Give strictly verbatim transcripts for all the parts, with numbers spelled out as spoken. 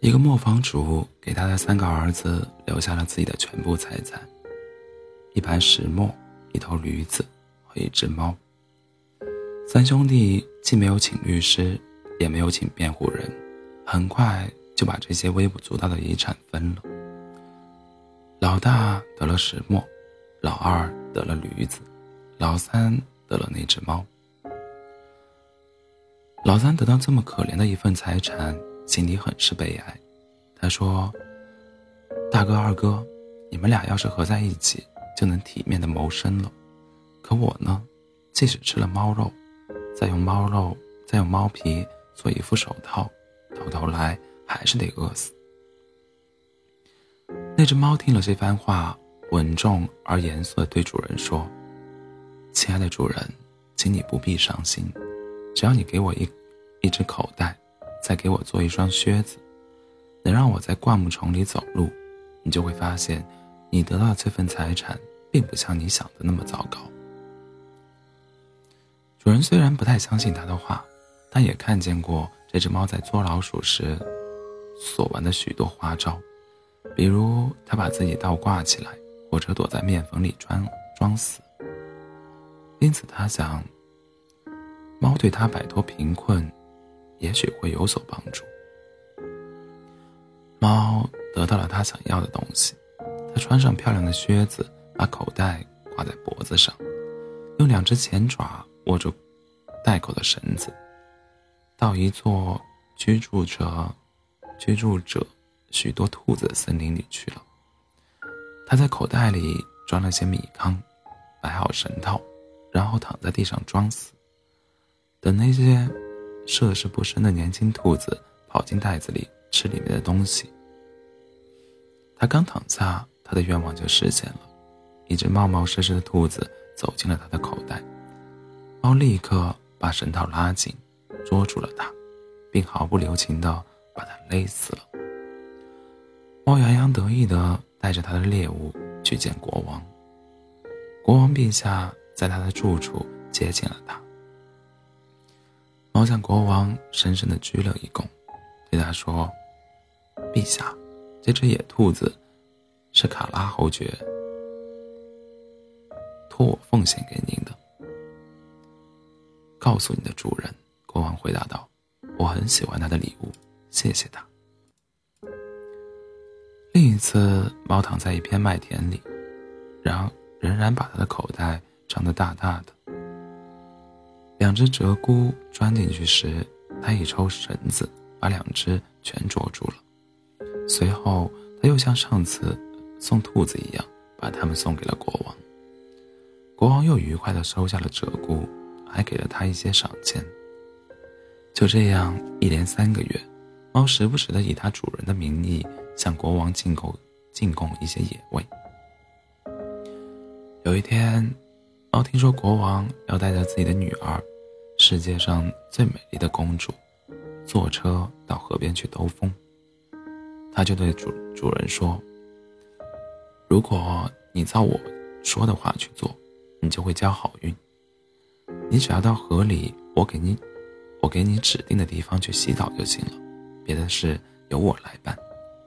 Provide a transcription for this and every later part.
一个磨坊主给他的三个儿子留下了自己的全部财产：一盘石磨、一头驴子和一只猫。三兄弟既没有请律师，也没有请辩护人，很快就把这些微不足道的遗产分了。老大得了石磨，老二得了驴子，老三得了那只猫。老三得到这么可怜的一份财产，心里很是悲哀。他说：大哥二哥，你们俩要是合在一起，就能体面的谋生了。可我呢，即使吃了猫肉，再用猫肉再用猫皮做一副手套，到头来还是得饿死。那只猫听了这番话，稳重而严肃地对主人说：亲爱的主人，请你不必伤心，只要你给我一一只口袋，再给我做一双靴子，能让我在灌木丛里走路，你就会发现你得到的这份财产并不像你想的那么糟糕。主人虽然不太相信他的话，但也看见过这只猫在捉老鼠时所玩的许多花招，比如他把自己倒挂起来，或者躲在面粉里装装死。因此他想，猫对他摆脱贫困也许会有所帮助。猫得到了他想要的东西，他穿上漂亮的靴子，把口袋挂在脖子上，用两只前爪握住袋口的绳子，到一座居住着居住着许多兔子的森林里去了。他在口袋里装了些米糠，摆好绳套，然后躺在地上装死，等那些涉世不深的年轻兔子跑进袋子里吃里面的东西。他刚躺下，他的愿望就实现了。一只冒冒失失的兔子走进了他的口袋，猫立刻把绳套拉紧，捉住了他，并毫不留情地把他勒死了。猫洋洋得意地带着他的猎物去见国王。国王陛下在他的住处接见了他。猫向国王深深地鞠了一躬，对他说：陛下，这只野兔子是卡拉侯爵托我奉献给您的。告诉你的主人，国王回答道，我很喜欢他的礼物，谢谢他。另一次，猫躺在一片麦田里，然仍然把他的口袋张得大大的。两只鹧鸪钻进去时，他一抽绳子，把两只全捉住了。随后，他又像上次送兔子一样，把它们送给了国王。国王又愉快地收下了鹧鸪，还给了他一些赏钱。就这样，一连三个月，猫时不时地以他主人的名义向国王进贡进贡一些野味。有一天，猫听说国王要带着自己的女儿，世界上最美丽的公主，坐车到河边去兜风。他就对主主人说：如果你照我说的话去做，你就会交好运。你只要到河里，我给你我给你指定的地方去洗澡就行了，别的事由我来办。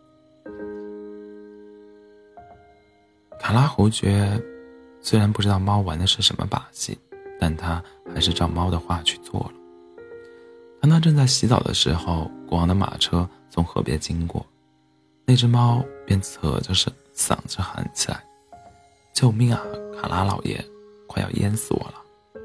卡拉侯爵虽然不知道猫玩的是什么把戏，但他还是照猫的话去做了。当他正在洗澡的时候，国王的马车从河边经过，那只猫便扯着嗓子喊起来：救命啊，卡拉老爷，快要淹死我了。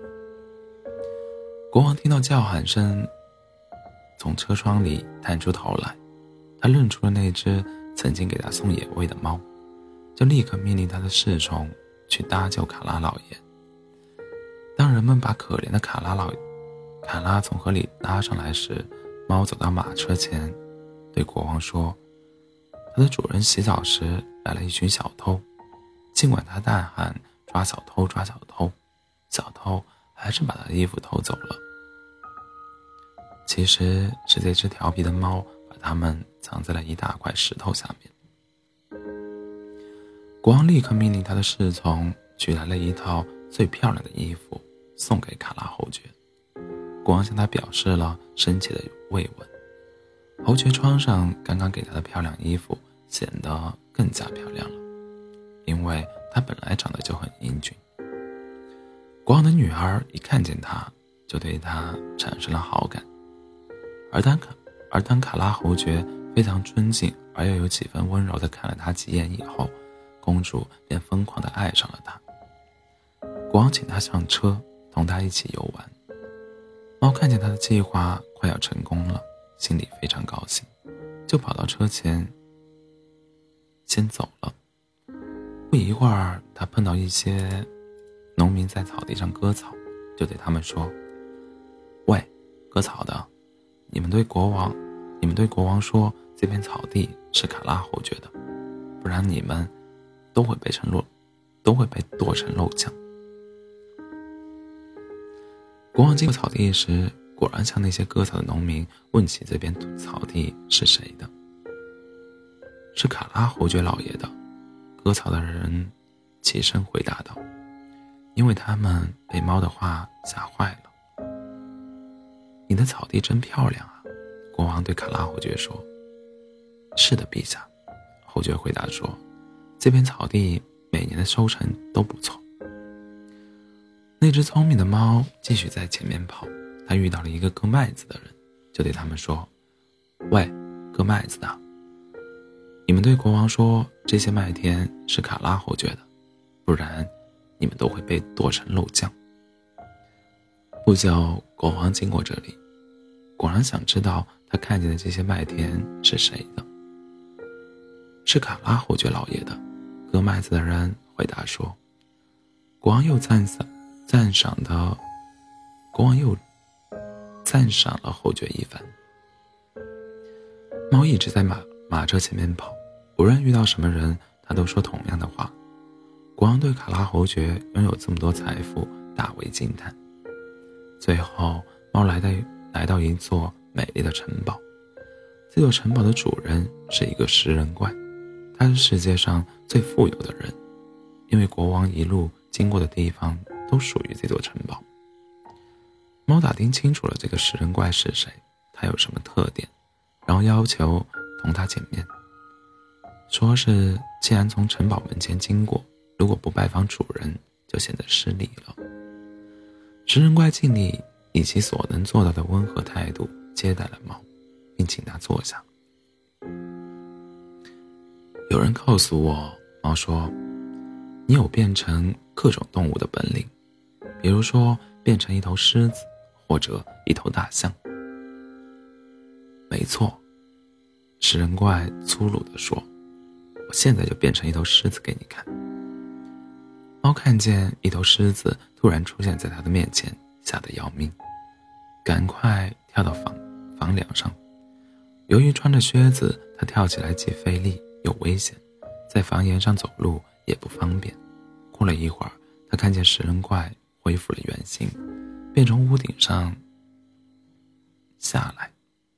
国王听到叫喊声，从车窗里探出头来，他认出了那只曾经给他送野味的猫，就立刻命令他的侍从去搭救卡拉老爷。当人们把可怜的卡拉老卡拉从河里拉上来时，猫走到马车前，对国王说：他的主人洗澡时来了一群小偷，尽管他大喊抓小偷抓小偷，小偷还是把他的衣服偷走了。其实是这只调皮的猫把它们藏在了一大块石头下面。国王立刻命令他的侍从取来了一套最漂亮的衣服送给卡拉侯爵。国王向他表示了深切的慰问。 侯爵穿上刚刚给他的漂亮衣服，显得更加漂亮了，因为他本来长得就很英俊。国王的女儿一看见他，就对他产生了好感，而当卡而当卡拉侯爵非常尊敬而又有几分温柔地看了他几眼以后，公主便疯狂地爱上了他。国王请他上车，同他一起游玩。猫看见他的计划快要成功了，心里非常高兴，就跑到车前先走了。不一会儿，他碰到一些农民在草地上割草，就对他们说：喂，割草的，你们对国王你们对国王说这片草地是卡拉侯爵的，不然你们都会被成肉都会被剁成肉酱。国王经过草地时，果然向那些割草的农民问起这片草地是谁的。是卡拉侯爵老爷的，割草的人起身回答道，因为他们被猫的话吓坏了。你的草地真漂亮啊，国王对卡拉侯爵说。是的，陛下，侯爵回答说，这片草地每年的收成都不错。那只聪明的猫继续在前面跑，它遇到了一个割麦子的人，就对他们说：喂，割麦子的，你们对国王说这些麦田是卡拉侯爵的，不然你们都会被剁成肉酱。不久，国王经过这里，果然想知道他看见的这些麦田是谁的。是卡拉侯爵老爷的，割麦子的人回答说。国王又赞赏赞赏的国王又赞赏了侯爵一番。猫一直在马马车前面跑，无论遇到什么人，他都说同样的话。国王对卡拉侯爵拥有这么多财富大为惊叹。最后，猫来到来到一座美丽的城堡，这座城堡的主人是一个食人怪，他是世界上最富有的人，因为国王一路经过的地方都属于这座城堡。猫打听清楚了这个食人怪是谁，他有什么特点，然后要求同他见面，说是既然从城堡门前经过，如果不拜访主人就显得失礼了。食人怪尽力以其所能做到的温和态度接待了猫，并请他坐下。有人告诉我，猫说，你有变成各种动物的本领，比如说变成一头狮子或者一头大象。没错，食人怪粗鲁地说，我现在就变成一头狮子给你看。猫看见一头狮子突然出现在他的面前，吓得要命，赶快跳到房房梁上。由于穿着靴子，他跳起来既费力又危险，在房檐上走路也不方便。过了一会儿，他看见食人怪恢复了原形，便从屋顶上下来，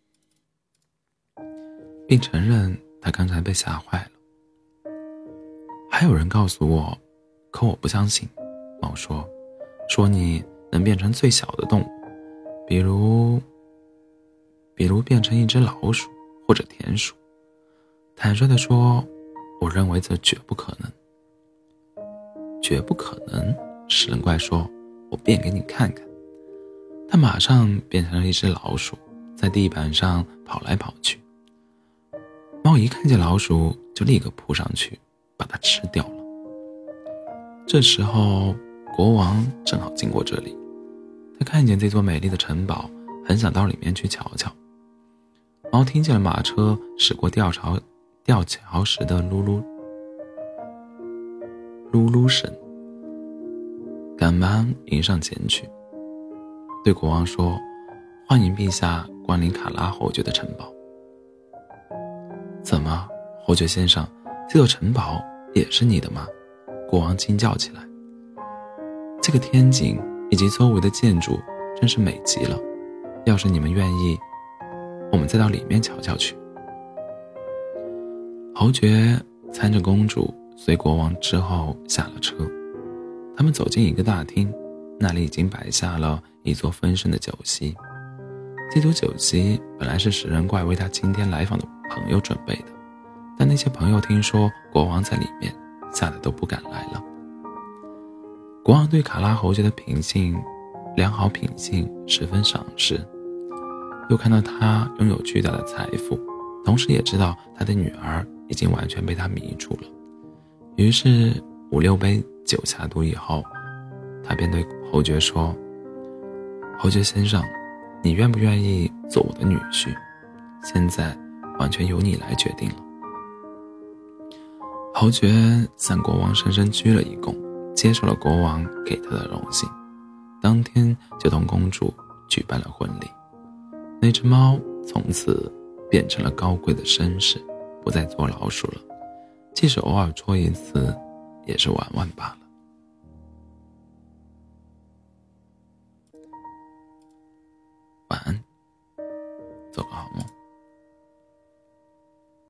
并承认他刚才被吓坏了。还有人告诉我，可我不相信，猫说，说你能变成最小的动物，比如比如变成一只老鼠或者田鼠。坦率地说，我认为这绝不可能。绝不可能，食人怪说，我变给你看看。他马上变成了一只老鼠，在地板上跑来跑去。猫一看见老鼠就立刻扑上去把它吃掉了。这时候国王正好经过这里，他看见这座美丽的城堡，很想到里面去瞧瞧。猫听见了马车驶过吊桥吊桥时的噜噜噜噜声，赶忙迎上前去，对国王说，欢迎陛下光临卡拉侯爵的城堡。怎么，侯爵先生，这座城堡也是你的吗？国王惊叫起来。这个天井以及周围的建筑真是美极了，要是你们愿意，我们再到里面瞧瞧去。侯爵搀着公主随国王之后下了车，他们走进一个大厅，那里已经摆下了一座丰盛的酒席。 祭祖酒席本来是食人怪为他今天来访的朋友准备的，但那些朋友听说国王在里面，吓得都不敢来了。国王对卡拉侯爵的品性良好品性十分赏识，又看到他拥有巨大的财富，同时也知道他的女儿已经完全被他迷住了。于是五六杯酒下肚以后，他便对侯爵说：侯爵先生，你愿不愿意做我的女婿？现在完全由你来决定了。侯爵向国王深深鞠了一躬，接受了国王给他的荣幸，当天就同公主举办了婚礼。那只猫从此变成了高贵的绅士，不再做老鼠了，即使偶尔捉一次也是玩玩罢了。